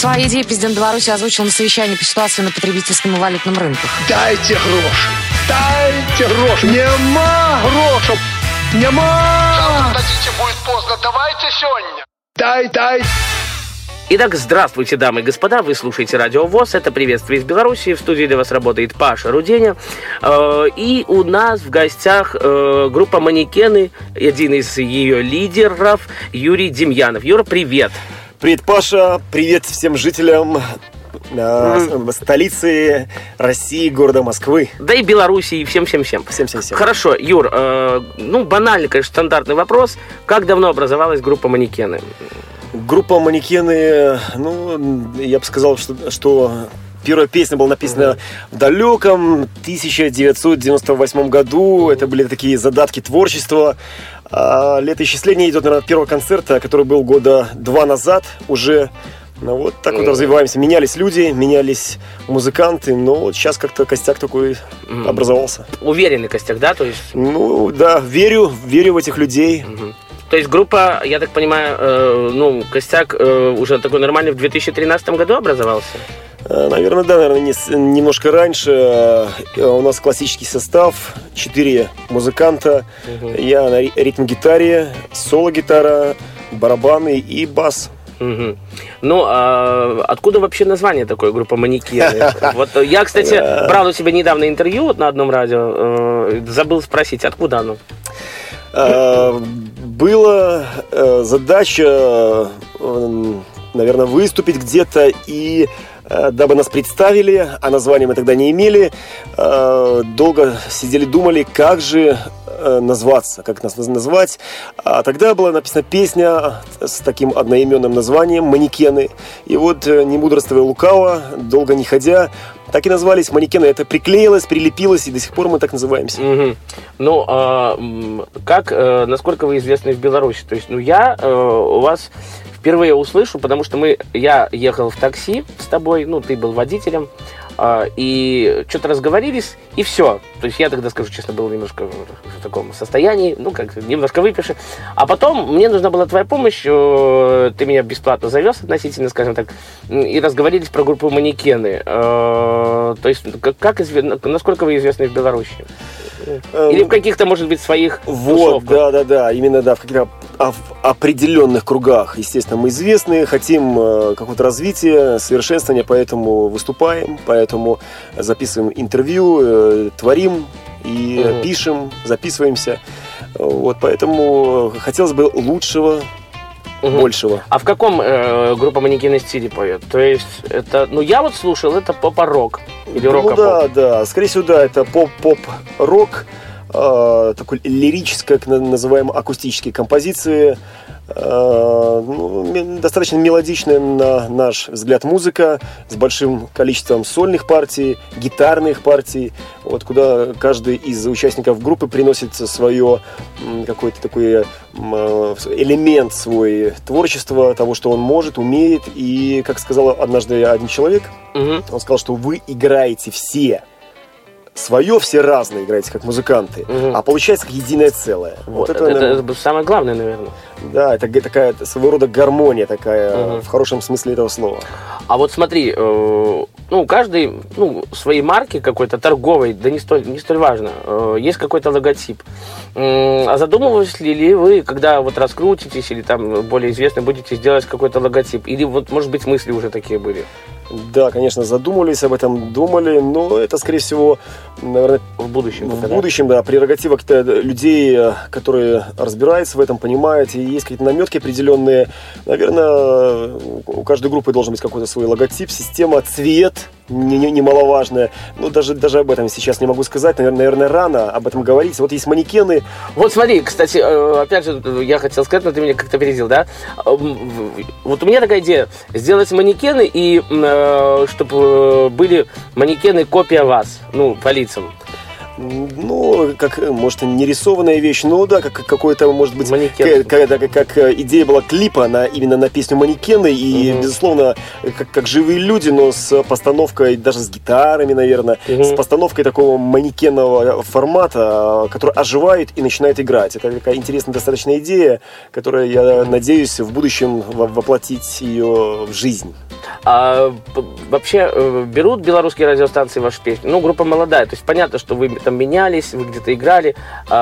Свои идеи президент Беларуси озвучил на совещании по ситуации на потребительском и валютном рынках. Дайте гроши! Дайте гроши! Нема грошей! Нема! Завтра дадите, будет поздно. Давайте сегодня. Дай! Итак, здравствуйте, дамы и господа, вы слушаете Радио ВОС, это «Приветствие из Беларуси», в студии для вас работает Паша Руденя, и у нас в гостях группа «Манекены», один из ее лидеров, Юрий Демьянов. Юра, привет! Привет, Паша, привет всем жителям столицы России, города Москвы. Да и Беларуси, и всем. Всем. Хорошо, Юр, банальный, конечно, стандартный вопрос, как давно образовалась группа «Манекены»? Группа «Манекены», я бы сказал, что первая песня была написана в далеком 1998 году. Это были такие задатки творчества. Летоисчисление идет, наверное, от первого концерта, который был года 2 назад уже. Вот так вот развиваемся. Менялись люди, менялись музыканты, но вот сейчас как-то костяк такой образовался. Уверенный костяк, да? То есть... Да, верю в этих людей. То есть группа, я так понимаю, костяк уже такой нормальный в 2013 году образовался? Наверное, немножко раньше. У нас классический состав, 4 музыканта. Я на ритм-гитаре, соло-гитара, барабаны и бас. Откуда вообще название такой группы «Манекены»? Вот я, кстати, брал у тебя недавно интервью на одном радио, забыл спросить, откуда оно? Была задача, наверное, выступить где-то, и дабы нас представили, а названия мы тогда не имели, долго сидели, думали, как же назваться, как нас назвать. А тогда была написана песня с таким одноименным названием «Манекены». И вот, не мудрствуя лукаво, долго не ходя, так и назвались «Манекены». Это приклеилось, прилепилось, и до сих пор мы так называемся. Насколько вы известны в Беларуси? То есть, я у вас впервые услышу, потому что я ехал в такси с тобой, ты был водителем, и что-то разговорились, и все. То есть я тогда, скажу честно, был немножко в таком состоянии, немножко выпивший. А потом мне нужна была твоя помощь, ты меня бесплатно завез относительно, скажем так, и разговорились про группу «Манекены». То есть насколько вы известны в Беларуси? Или в каких-то, может быть, своих тусовках? Да, именно, в каких-то определенных кругах, естественно, мы известны, хотим какого-то развития, совершенствования, поэтому выступаем, поэтому записываем интервью, творим и пишем, записываемся. Вот, поэтому хотелось бы лучшего, большего. А в каком группа «Манекены» стиле поет? То есть это, я вот слушал, это поп-рок или рок-поп? Да, скорее всего, это поп-рок, такой лирической, так называемой, акустической композиции, достаточно мелодичная, на наш взгляд, музыка, с большим количеством сольных партий, гитарных партий, вот, куда каждый из участников группы приносит свое какой-то такой элемент свой творчества, того, что он может, умеет. И, как сказал однажды один человек, он сказал, что вы играете все свое, все разные играете, как музыканты, а получается как единое целое. Вот это самое главное, наверное. Да, это такая своего рода гармония такая, в хорошем смысле этого слова. А вот смотри, каждый, своей марки какой-то торговой, да не столь важно, есть какой-то логотип. А задумывались ли вы, когда вот раскрутитесь или там более известны будете, сделать какой-то логотип? Или вот, может быть, мысли уже такие были? Да, конечно, задумывались об этом, думали, но это, скорее всего, наверное, в будущем, да, прерогатива каких-то людей, которые разбираются в этом, понимают, и есть какие-то наметки определенные. Наверное, у каждой группы должен быть какой-то свой логотип, система, цвет, немаловажная. Даже об этом сейчас не могу сказать, наверное, рано об этом говорить. Вот есть «Манекены». Вот смотри, кстати, опять же, я хотел сказать, но ты меня как-то опередил, да? Вот у меня такая идея, сделать «Манекены» и чтобы были манекены копия вас, по лицам. Ну, как, может, не рисованная вещь, но да, как какой-то, может быть, Манекен. как идея была клипа именно на песню «Манекены», и, безусловно, как живые люди, но с постановкой, даже с гитарами, наверное, с постановкой такого манекенного формата, который оживает и начинает играть. Это такая интересная достаточно идея, которая, я надеюсь, в будущем воплотить ее в жизнь. А вообще берут белорусские радиостанции ваши песни? Ну, группа молодая, то есть понятно, что вы там менялись, вы где-то играли,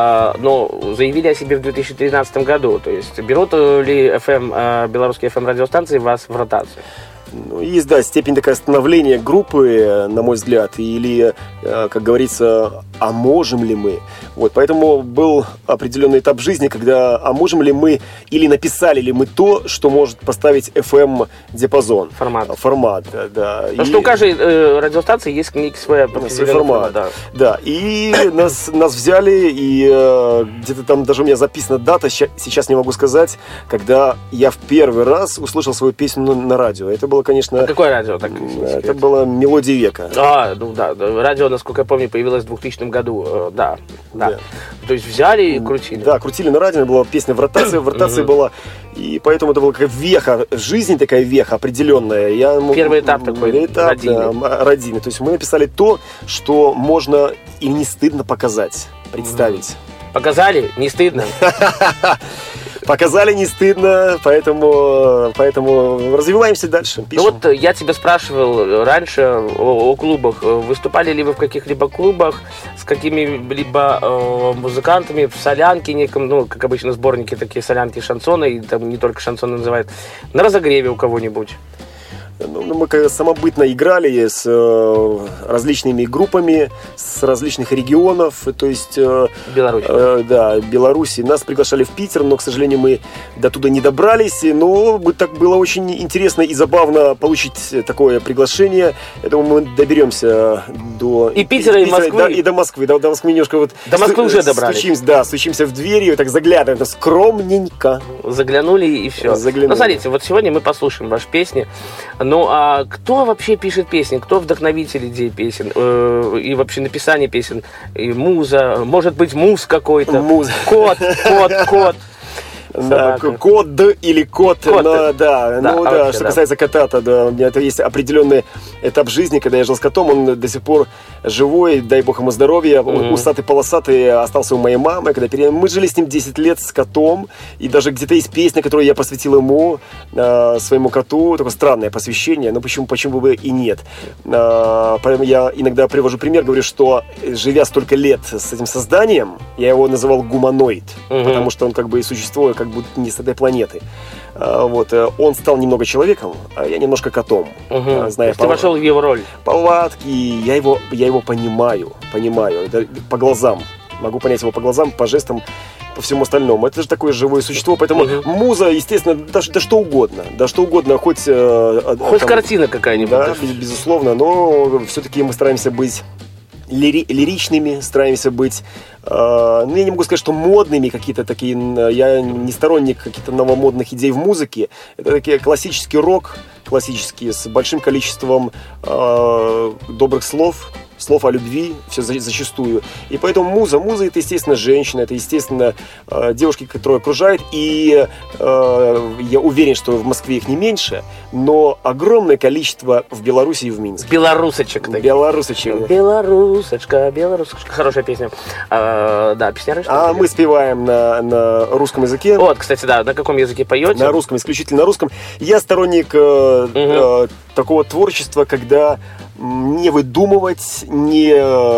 но заявили о себе в 2013 году. То есть берут ли белорусские FM радиостанции вас в ротацию? Ну, есть, да, степень такая становления группы, на мой взгляд, или, как говорится, а можем ли мы? Вот, поэтому был определенный этап жизни, когда а можем ли мы, или написали ли мы то, что может поставить FM-диапазон. Формат, да. Потому что у каждой радиостанции есть свой формат. Да, и нас взяли, и где-то там даже у меня записана дата, сейчас не могу сказать, когда я в первый раз услышал свою песню на радио. Это было, конечно... А какое радио? Так, это была «Мелодия века». Ну да, радио, насколько я помню, появилось в 2000 году, да. То есть взяли и крутили. Да, крутили на радио, была песня в ротации была, и поэтому это была такая веха, жизнь такая веха определенная. Первый этап такой, родины. То есть мы написали то, что можно и не стыдно показать, представить. Показали? Не стыдно? Показали, не стыдно, поэтому развиваемся дальше. Пишем. Ну вот я тебя спрашивал раньше о клубах. Выступали ли вы в каких-либо клубах с какими-либо музыкантами в солянке неком, ну, как обычно, сборники такие солянки шансона, и там не только шансоны называют, на разогреве у кого-нибудь? Ну, мы самобытно играли с различными группами, с различных регионов, то есть... Беларусь. Да, Беларуси. Нас приглашали в Питер, но, к сожалению, мы до туда не добрались. Но так было очень интересно и забавно получить такое приглашение. Я думаю, мы доберемся до... И Питера, и Москвы. Да, и до Москвы. До Москвы немножко вот... До Москвы уже добрались. Стучимся в дверь и так заглядываем. Это скромненько. Заглянули и все. Ну, смотрите, вот сегодня мы послушаем ваши песни. Ну, а кто вообще пишет песни? Кто вдохновитель идей песен? И вообще написание песен? И муза? Может быть, муз какой-то? Муза. Кот. Да, кот или кот, но, вообще, что касается кота, то да, у меня это есть определенный этап жизни, когда я жил с котом, он до сих пор живой, дай бог ему здоровья, усатый, полосатый, остался у моей мамы, мы жили с ним 10 лет с котом, и даже где-то есть песня, которую я посвятил ему, своему коту, такое странное посвящение, но почему бы и нет. Поэтому я иногда привожу пример, говорю, что живя столько лет с этим созданием, я его называл гуманоид, потому что он как бы и существует как будто не с этой планеты. Вот, он стал немного человеком, а я немножко котом. Зная ты вошел в его роль. Повадки, я его понимаю, это по глазам. Могу понять его по глазам, по жестам, по всему остальному. Это же такое живое существо, поэтому муза, естественно, да что угодно, хоть картина какая-нибудь. Да, безусловно, но все-таки мы стараемся быть лиричными, стараемся быть, я не могу сказать, что модными какие-то такие, я не сторонник каких-то новомодных идей в музыке, это такие классический рок, с большим количеством добрых слов о любви, все зачастую. И поэтому муза это, естественно, женщина, это, естественно, девушки, которые окружают. И я уверен, что в Москве их не меньше, но огромное количество в Беларуси и в Минске. Белорусочек. Белорусочек. Белорусочка. Хорошая песня. Да, песня. Мы спеваем на русском языке. Вот, кстати, да, на каком языке поете? На русском, исключительно на русском. Я сторонник такого творчества, когда не выдумывать, не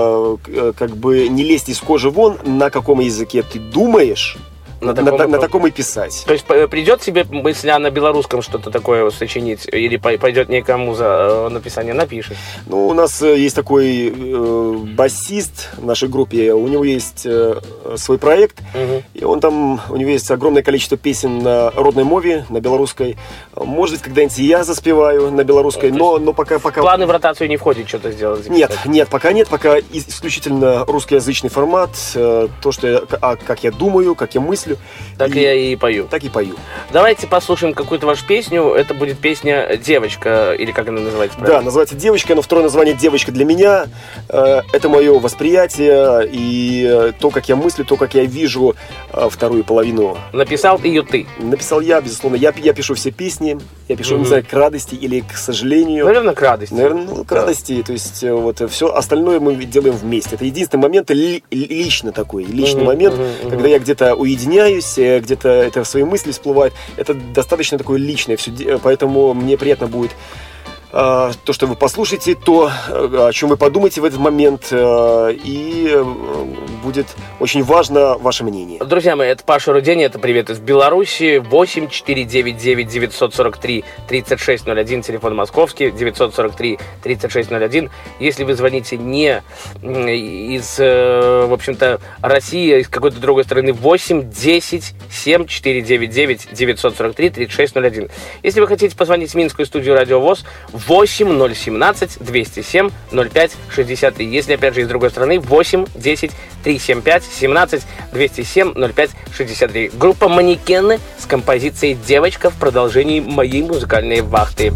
лезть из кожи вон, на каком языке ты думаешь, на таком и писать. То есть придет тебе мысль на белорусском что-то такое сочинить, или пойдет некая муза написание, напишешь? Ну, у нас есть такой басист в нашей группе, у него есть свой проект, и у него есть огромное количество песен на родной мове, на белорусской. Может быть, когда-нибудь я заспеваю на белорусской, но пока... Планы в ротацию не входит что-то сделать? Нет, пока исключительно русскоязычный формат, то, что как я думаю, как я мыслю, мыслю. Так я и пою. Так и пою. Давайте послушаем какую-то вашу песню. Это будет песня «Девочка», или как она называется? Да, называется «Девочка», но второе название «Девочка» для меня. Это мое восприятие и то, как я мыслю, то, как я вижу вторую половину. Написал ее ты? Написал я, безусловно. Я пишу все песни. Я пишу, не знаю, к радости или к сожалению. Наверное, к радости. Наверное, к радости. То есть вот все остальное мы делаем вместе. Это единственный момент лично такой, личный момент, когда я где-то уединяюсь, где-то это в свои мысли всплывает. Это достаточно такое личное все, поэтому мне приятно будет то, что вы послушаете, то, о чем вы подумаете в этот момент, и будет очень важно ваше мнение. Друзья мои, это Паша Рудень, это привет из Беларуси. 8 499 943 3601, телефон московский, 943 3601. Если вы звоните не из, в общем-то, России, а из какой-то другой страны, 8 10 7 499 943 3601. Если вы хотите позвонить в Минскую студию Радио ВОС, 8 017 207 05 63. Если, опять же, из другой страны, 8 10 375 17 207 05 63. Группа «Манекены» с композицией «Девочка» в продолжении моей музыкальной вахты.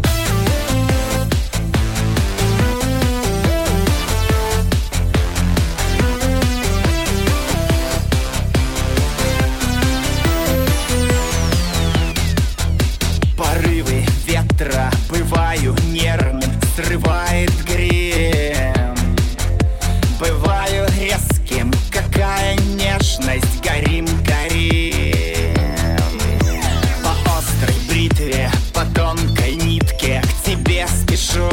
Порывы ветра, бываю нервным, срывает грим. Бываю резким, какая нежность, горим, горим. По острой бритве, по тонкой нитке к тебе спешу.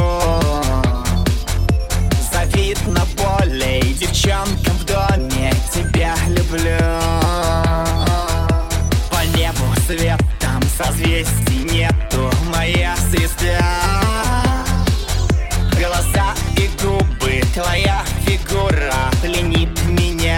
Завидно болей девчонкам в доме, тебя люблю. По небу светом созвездий нету, моя звезда. Глаза и губы, твоя фигура пленит меня.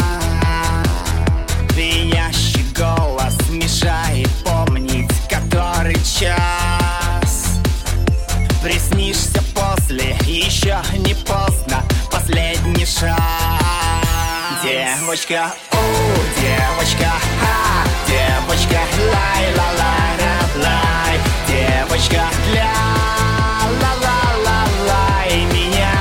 Пьянящий голос мешает помнить, который час. Приснишься после, еще не поздно, последний шаг. Девочка, девочка, девочка, лай-ла-лай-ра-лай. Девочка, ля-ла-ла-ла-лай меня.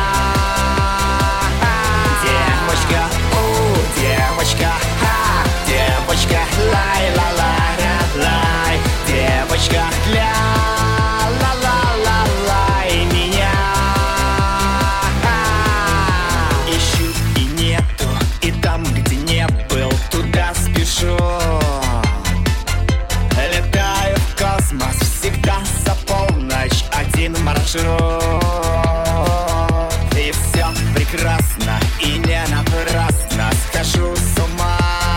Девочка, девочка, девочка, лай-ла-лай-ра-лай. Девочка, ля-ла-ла-ла-лай меня. Ищу и нету, и там, где не был, туда спешу. Летаю в космос, всегда за полночь, один маршрут. И все прекрасно, и не напрасно схожу с ума.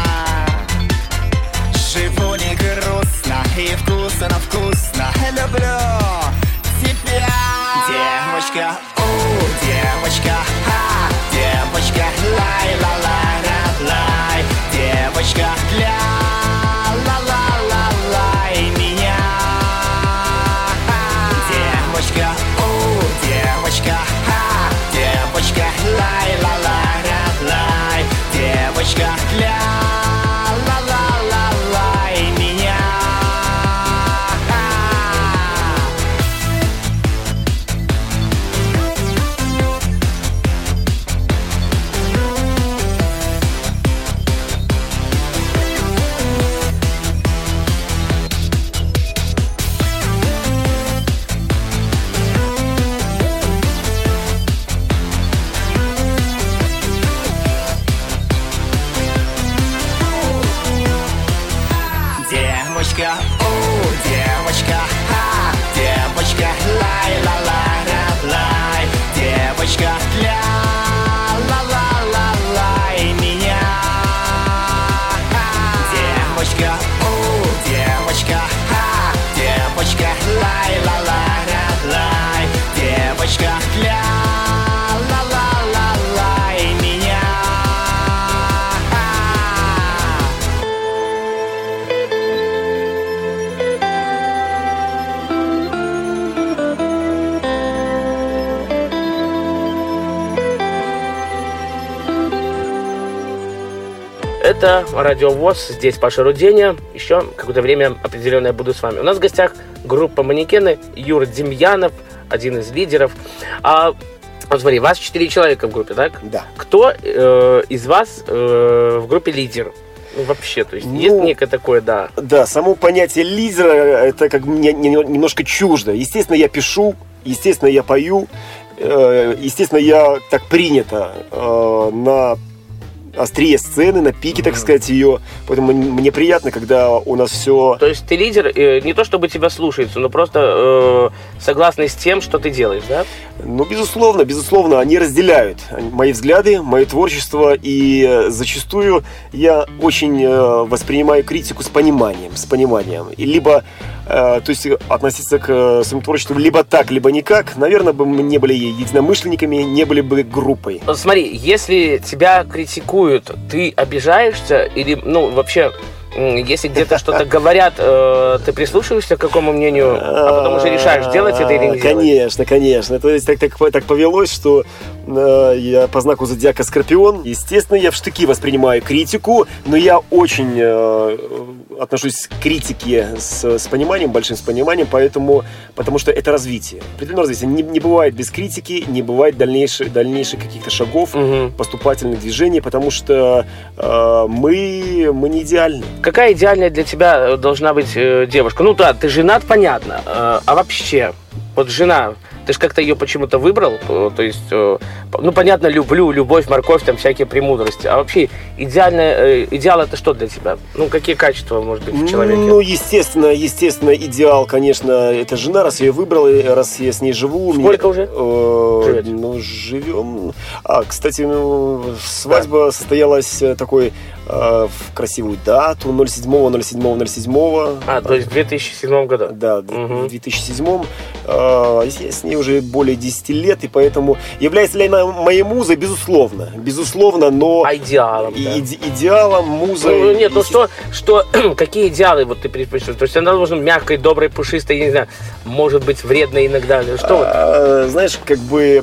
Живу не грустно, и вкусно люблю тебя. Девочка, девочка, девочка, лай-ла-лай-ра-лай. Девочка, ля-ла-ла-ла-лай меня. Девочка, девочка, девочка, лай-ла-лай-ра-лай. Девочка, ля-ла-ла-ла-лай меня. Девочка, девочка, девочка, лай-ла-лай-ра-лай. Девочка, ля-ла-ла-ла-лай меня. Девочка, девочка, девочка, лай-ла-лай-ра-лай. Девочка, ля-ла-ла-ла-лай меня. Это Радио ВОС, здесь Паша Руденя. Еще какое-то время определенное буду с вами. У нас в гостях группа «Манекены», Юра Демьянов, один из лидеров. Вот смотри, вас 4 человека в группе, так? Да. Кто из вас в группе лидер? Ну, вообще, то есть есть некое такое, да. Да, само понятие лидера, это как мне немножко чуждо. Естественно, я пишу, естественно, я пою, естественно, я так принято на острие сцены, на пике, так сказать, ее. Поэтому мне приятно, когда у нас все... То есть ты лидер, не то чтобы тебя слушаются, но просто согласны с тем, что ты делаешь, да? Ну, безусловно, они разделяют мои взгляды, мое творчество, и зачастую я очень воспринимаю критику с пониманием. И либо, то есть, относиться к своему творчеству либо так, либо никак, наверное, бы мы не были единомышленниками, не были бы группой. Смотри, если тебя критикуют, ты обижаешься или, ну, вообще, если где-то что-то говорят, ты прислушиваешься к какому мнению, а потом уже решаешь, делать это или не делать? Конечно. То есть так повелось, что я по знаку зодиака Скорпион. Естественно, я в штыки воспринимаю критику, но я очень отношусь к критике с пониманием, большим с пониманием, потому что это развитие. Определенное развитие. Не бывает без критики, не бывает дальнейших каких-то шагов, поступательных движений, потому что мы не идеальны. Какая идеальная для тебя должна быть девушка? Ну да, ты женат, понятно. А вообще, вот жена, ты же как-то ее почему-то выбрал? То есть, ну понятно, любовь, морковь, там всякие премудрости. А вообще, идеал это что для тебя? Ну, какие качества, может быть, в человеке? Ну, естественно, идеал, конечно, это жена, раз я ее выбрал, раз я с ней живу. Сколько уже? Живете? Ну, живем. Кстати, свадьба состоялась такой в красивую дату, 07.07.07. То есть в 2007 году? Да, в 2007. Я с ней уже более 10 лет, и поэтому является ли она моей музой? Безусловно, но... А идеалом, идеалом, музой... Ну, нет, что какие идеалы вот ты предпочитаешь? То есть она должна мягкой, доброй, пушистой, я не знаю, может быть, вредной иногда. Что знаешь, как бы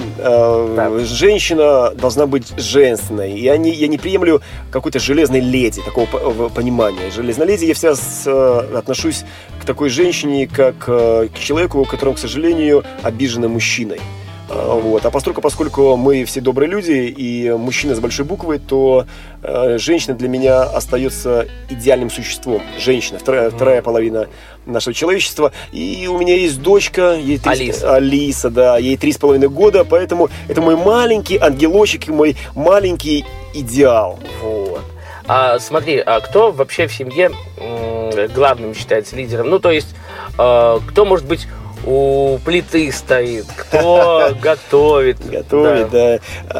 женщина должна быть женственной. Я не приемлю какой-то железной леди, такого понимания. Железной леди я всегда отношусь к такой женщине, как к человеку, которому, к сожалению, обижены мужчиной. Вот. А поскольку мы все добрые люди и мужчина с большой буквы, то женщина для меня остается идеальным существом. Женщина, вторая половина нашего человечества. И у меня есть дочка, Алиса, да, ей 3,5 года, поэтому это мой маленький ангелочек и мой маленький идеал. Вот. Смотри, а кто вообще в семье главным считается лидером? Ну, то есть, кто, может быть, у плиты стоит, кто готовит. Да.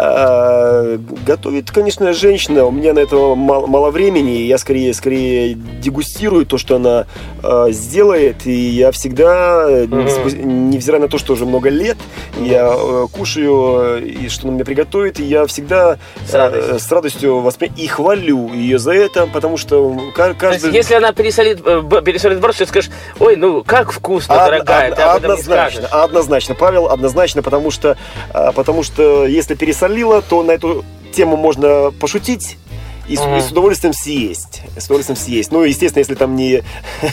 Готовит, конечно, женщина. У меня на это мало времени. Я скорее дегустирую то, что она сделает. И я всегда, невзирая на то, что уже много лет, я кушаю, и что она мне приготовит, и я всегда с радостью воспринимаю и хвалю ее за это, потому что каждый... Если она пересолит борщ, ты скажешь: ой, ну как вкусно, дорогая. Однозначно, Павел, потому что если пересолила, то на эту тему можно пошутить и с удовольствием съесть. Ну, естественно, если там не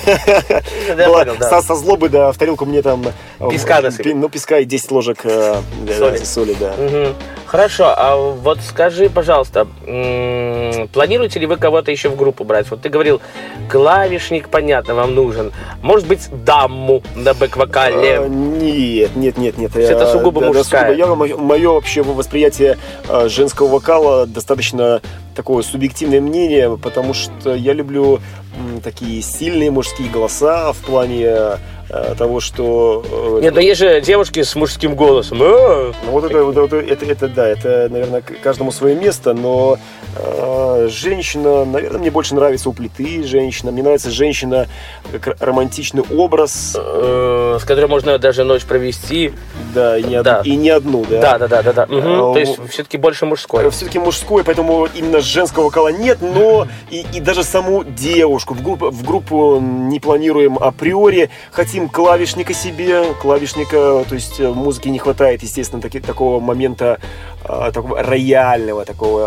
со злобы, да, в тарелку мне там песка насыпать. Ну, песка и 10 ложек соли, да. Хорошо, а вот скажи, пожалуйста, планируете ли вы кого-то еще в группу брать? Вот ты говорил, клавишник, понятно, вам нужен. Может быть, даму на бэк-вокале? Нет. Это сугубо мужская. Мое вообще восприятие женского вокала достаточно такое субъективное мнение, потому что я люблю такие сильные мужские голоса в плане того, что... Нет, но есть же девушки с мужским голосом. Это, наверное, каждому свое место, но женщина, наверное, мне больше нравится у плиты женщина. Мне нравится женщина как романтичный образ. С которой можно даже ночь провести. Да, и не одну, да. Да. То есть все-таки больше мужской. Все-таки мужской, поэтому именно женского вокала нет, но и даже саму девушку в группу не планируем априори. Хотим клавишника себе, то есть музыки не хватает, естественно, такого момента, такого рояльного, такого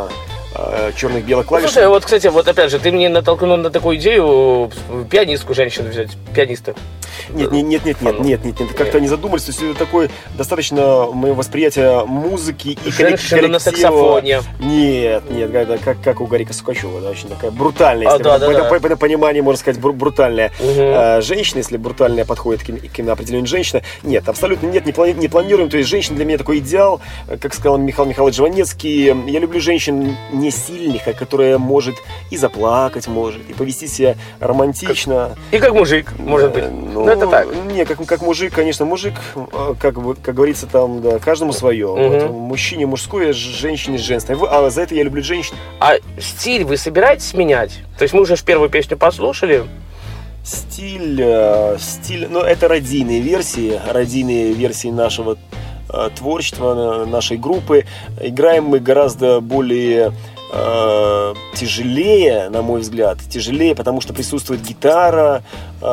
черных-белых клавиш. Слушай, вот, кстати, вот опять же, ты мне натолкнул на такую идею пианистку женщину взять, пианиста. Нет, как-то не задумались, то есть это такое достаточно мое восприятие музыки и женщина на саксофоне. Нет, как у Гарика Сукачева, да, очень такая брутальная, да. понимание, можно сказать, брутальная женщина, если брутальная подходит к определению женщины. Нет, абсолютно нет, не планируем, то есть женщина для меня такой идеал, как сказал Михаил Михайлович Жванецкий, я люблю женщин не сильных, а которая может и заплакать может, и повести себя романтично. И как мужик, может быть. Это так. Не, как мужик, конечно, мужик, как говорится, там, да, каждому свое. Вот, мужчине мужское, женщине женственное. А за это я люблю женщин. А стиль вы собираетесь менять? То есть мы уже первую песню послушали. Стиль, ну, это радийные версии нашего творчества, нашей группы. Играем мы гораздо более тяжелее, на мой взгляд, потому что присутствует гитара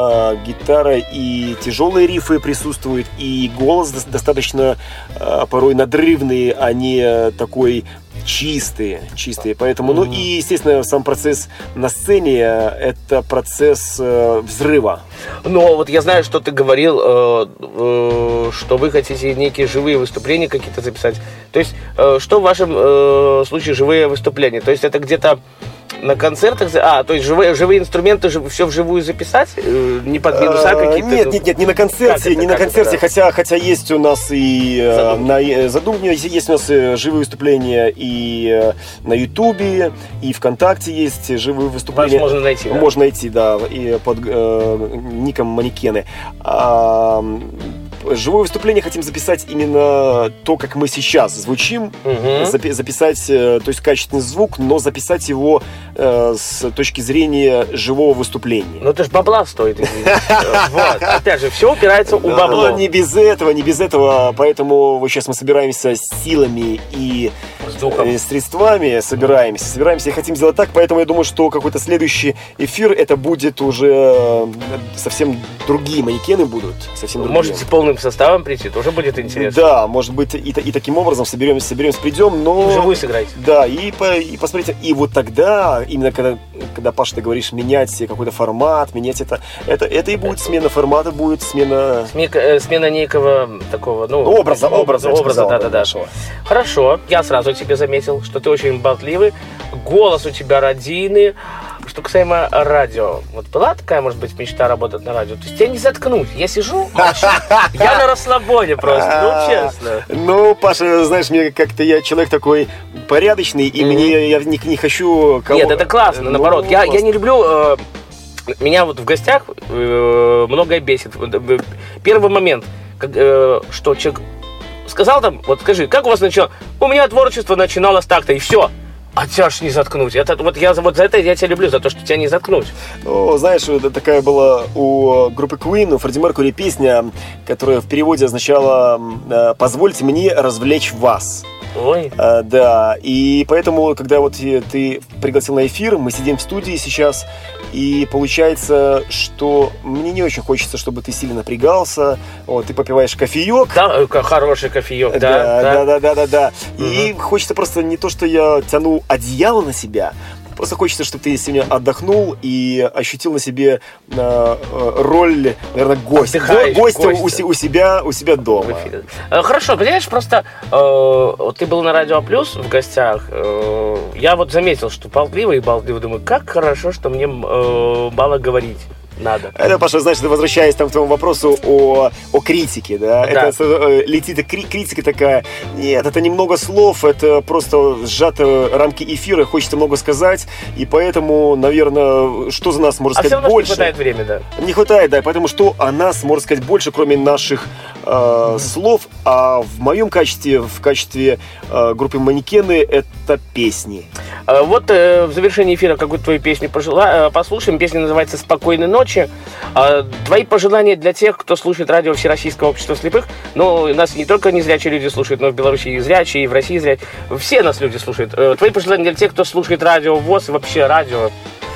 и тяжелые рифы присутствуют, и голос достаточно порой надрывный, а не такой чистые, поэтому, ну и, естественно, сам процесс на сцене, это процесс взрыва. Но вот я знаю, что ты говорил, что вы хотите некие живые выступления какие-то записать. То есть, что в вашем случае живые выступления? То есть, это где-то на концертах, то есть живые инструменты все вживую записать, не под минуса какие-то? Нет, не на концерте, хотя есть у нас и есть у нас живые выступления и на Ютубе, и ВКонтакте есть живые выступления. Вас можно найти, да? Можно найти, да, и под ником Манекены. Живое выступление хотим записать именно то, как мы сейчас звучим, записать, то есть качественный звук, но записать его с точки зрения живого выступления. Ну это ж бабла стоит, вот, опять же, все упирается у бабла. Не без этого, поэтому сейчас мы собираемся с силами и средствами, собираемся и хотим сделать так, поэтому я думаю, что какой-то следующий эфир, это будет уже совсем другие манекены будут, совсем другие. Можете полным составом прийти, тоже будет интересно. Да, может быть, и таким образом соберемся, придем, но... Вживую сыграть. Да, и посмотрите, и вот тогда, именно когда, Паша, ты говоришь, менять какой-то формат, менять это и будет смена формата, будет смена... Смена некого такого, образа, да. Хорошо, я сразу тебе заметил, что ты очень болтливый, голос у тебя радийный. Что касаемо радио, вот была такая, может быть, мечта работать на радио? То есть тебя не заткнуть. Я сижу, я на расслабоне просто, честно. Ну, Паша, знаешь, мне как-то я человек такой порядочный, и я не хочу кого... Нет, это классно, наоборот. Я не люблю... Меня вот в гостях многое бесит. Первый момент, что человек сказал там, вот скажи, как у вас начало? У меня творчество начиналось так-то, и все. А тебя ж не заткнуть. За это я тебя люблю, за то, что тебя не заткнуть. Ну, знаешь, такая была у группы Queen, у Фредди Меркьюри песня, которая в переводе означала «Позвольте мне развлечь вас». Ой. Да, и поэтому, когда вот ты пригласил на эфир, мы сидим в студии сейчас, и получается, что мне не очень хочется, чтобы ты сильно напрягался. Вот, ты попиваешь кофеек. Да, хороший кофеек, да. И хочется просто не то, что я тяну одеяло на себя, просто хочется, чтобы ты сегодня отдохнул и ощутил на себе роль, наверное, гостя у себя дома. Хорошо, понимаешь, просто ты был на Радио Плюс в гостях, я вот заметил, что болтливый, думаю, как хорошо, что мне мало говорить надо. Это, Паша, значит, возвращаясь там к твоему вопросу о критике, да? Это летит критика такая. Нет, это немного слов, это просто сжатые рамки эфира, хочется много сказать, и поэтому, наверное, что за нас можно сказать больше? Не хватает времени, да. Не хватает, да, поэтому что о нас можно сказать больше, кроме наших слов, а в моем качестве, в качестве группы Манекены, это песни. Вот в завершении эфира какую-то твою песню послушаем. Песня называется «Спокойной ночи». Твои пожелания для тех, кто слушает радио Всероссийского общества слепых. Ну, нас не только незрячие люди слушают, но в Беларуси и зрячие, и в России зрячие. Все нас люди слушают. Твои пожелания для тех, кто слушает радио ВОС и вообще радио.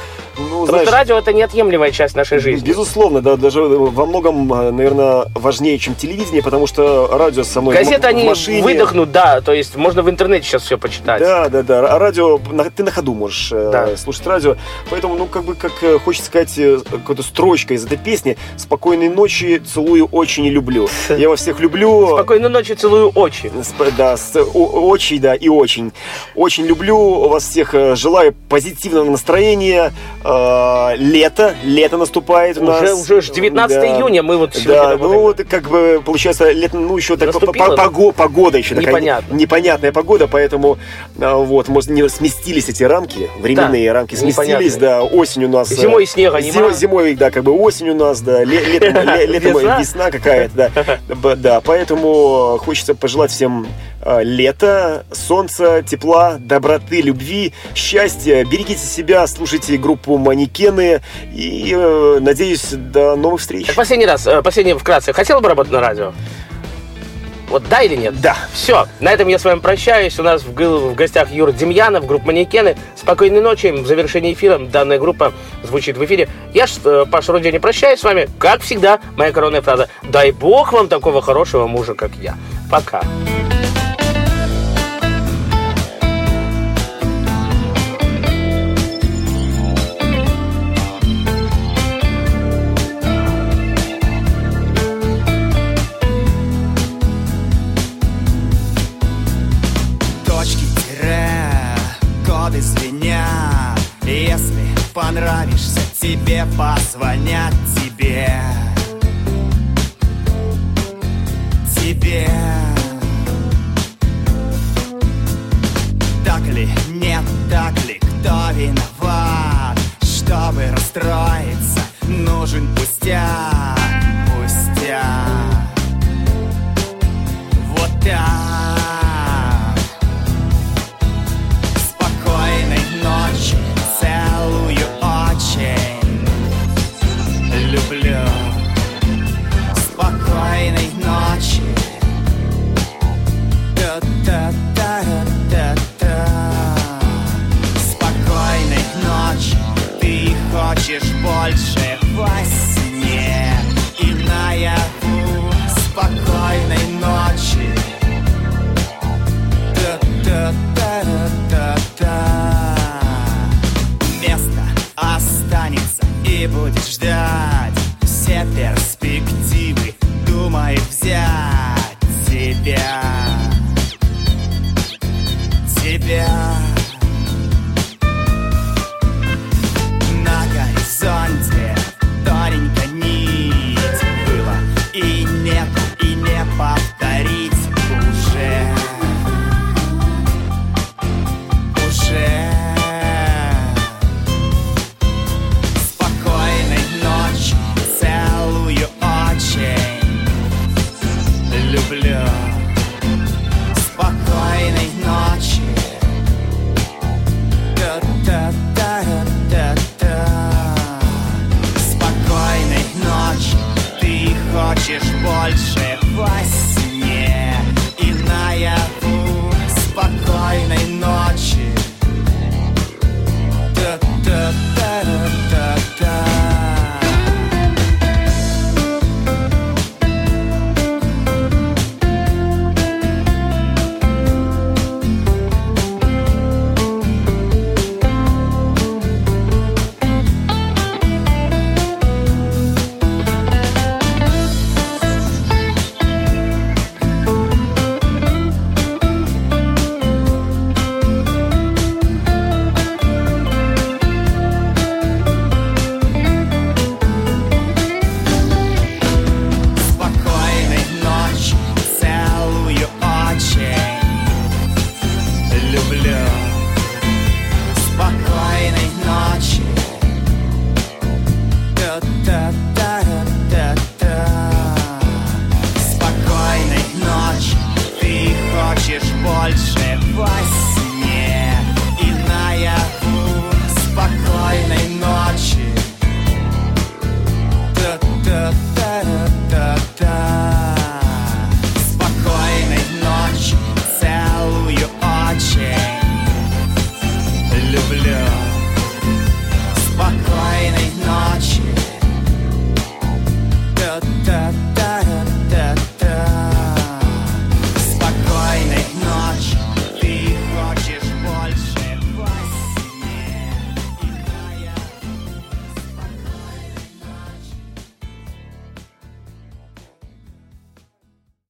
Ну, Потому знаешь, что радио — это неотъемлемая часть нашей жизни. безусловно, да, даже во многом, наверное, важнее, чем телевидение, потому что радио со мной Газеты, в они машине. выдохнут, да, то есть можно в интернете сейчас все почитать. Да. А радио, ты на ходу можешь Да. слушать радио. Поэтому, ну, как хочется сказать, какая-то строчка из этой песни: «Спокойной ночи, целую очень и люблю». Я вас всех люблю. Спокойной ночи, целую очи. Очень, да, и очень. Очень люблю вас всех. Желаю позитивного настроения. Лето наступает у нас. Уже 19 Да. июня, мы вот сегодня Да, работаем. ну вот как бы получается лето, ну еще так Наступило, да? погода еще такая Непонятно. непонятная погода, поэтому вот, может, не сместились эти рамки, временные Да, рамки сместились, непонятные. да, осень у нас. Зимой снега нема. Зимой, да, как бы осень у нас, да, летом весна какая-то, да, да, поэтому хочется пожелать всем лета, солнца, тепла, доброты, любви, счастья. Берегите себя, слушайте группу «Манекены» и надеюсь, до новых встреч. Последний вкратце. Хотел бы работать на радио? Вот да или нет? Да. Все, на этом я с вами прощаюсь. У нас в гостях Юра Демьянов, группа «Манекены». Спокойной ночи. В завершении эфира данная группа звучит в эфире. Я, Паша Рудени, прощаюсь с вами. Как всегда, моя коронная фраза: дай бог вам такого хорошего мужа, как я. Пока. Коды звенят. Если понравишься, тебе позвонят. Тебе так ли, нет, так ли, кто виноват? Чтобы расстроиться, нужен пустяк. Вот так. Спокойной ночи, целую очень люблю. Спокойной ночи. Та-та-та-та-та. Спокойной ночи. Ты хочешь больше во сне и наяву. Спокойной ночи. Та-та-та-та-та. Место останется и будешь ждать. Все перспективы думаю взять тебя. На горизонте тоненько нить было и нет, и не повторить уже. Спокойной ночи, целую очень люблю. Спокойной ночи. Та-та-та-та-та. Спокойной ночи. Ты хочешь больше во сне и наяву. Спокойной ночи. Та-та-та-та-та. Спокойной ночи, целую очень люблю. Спокойной ночи. Та-та-та-та-та. Спокойной ночи. Ты хочешь больше во сне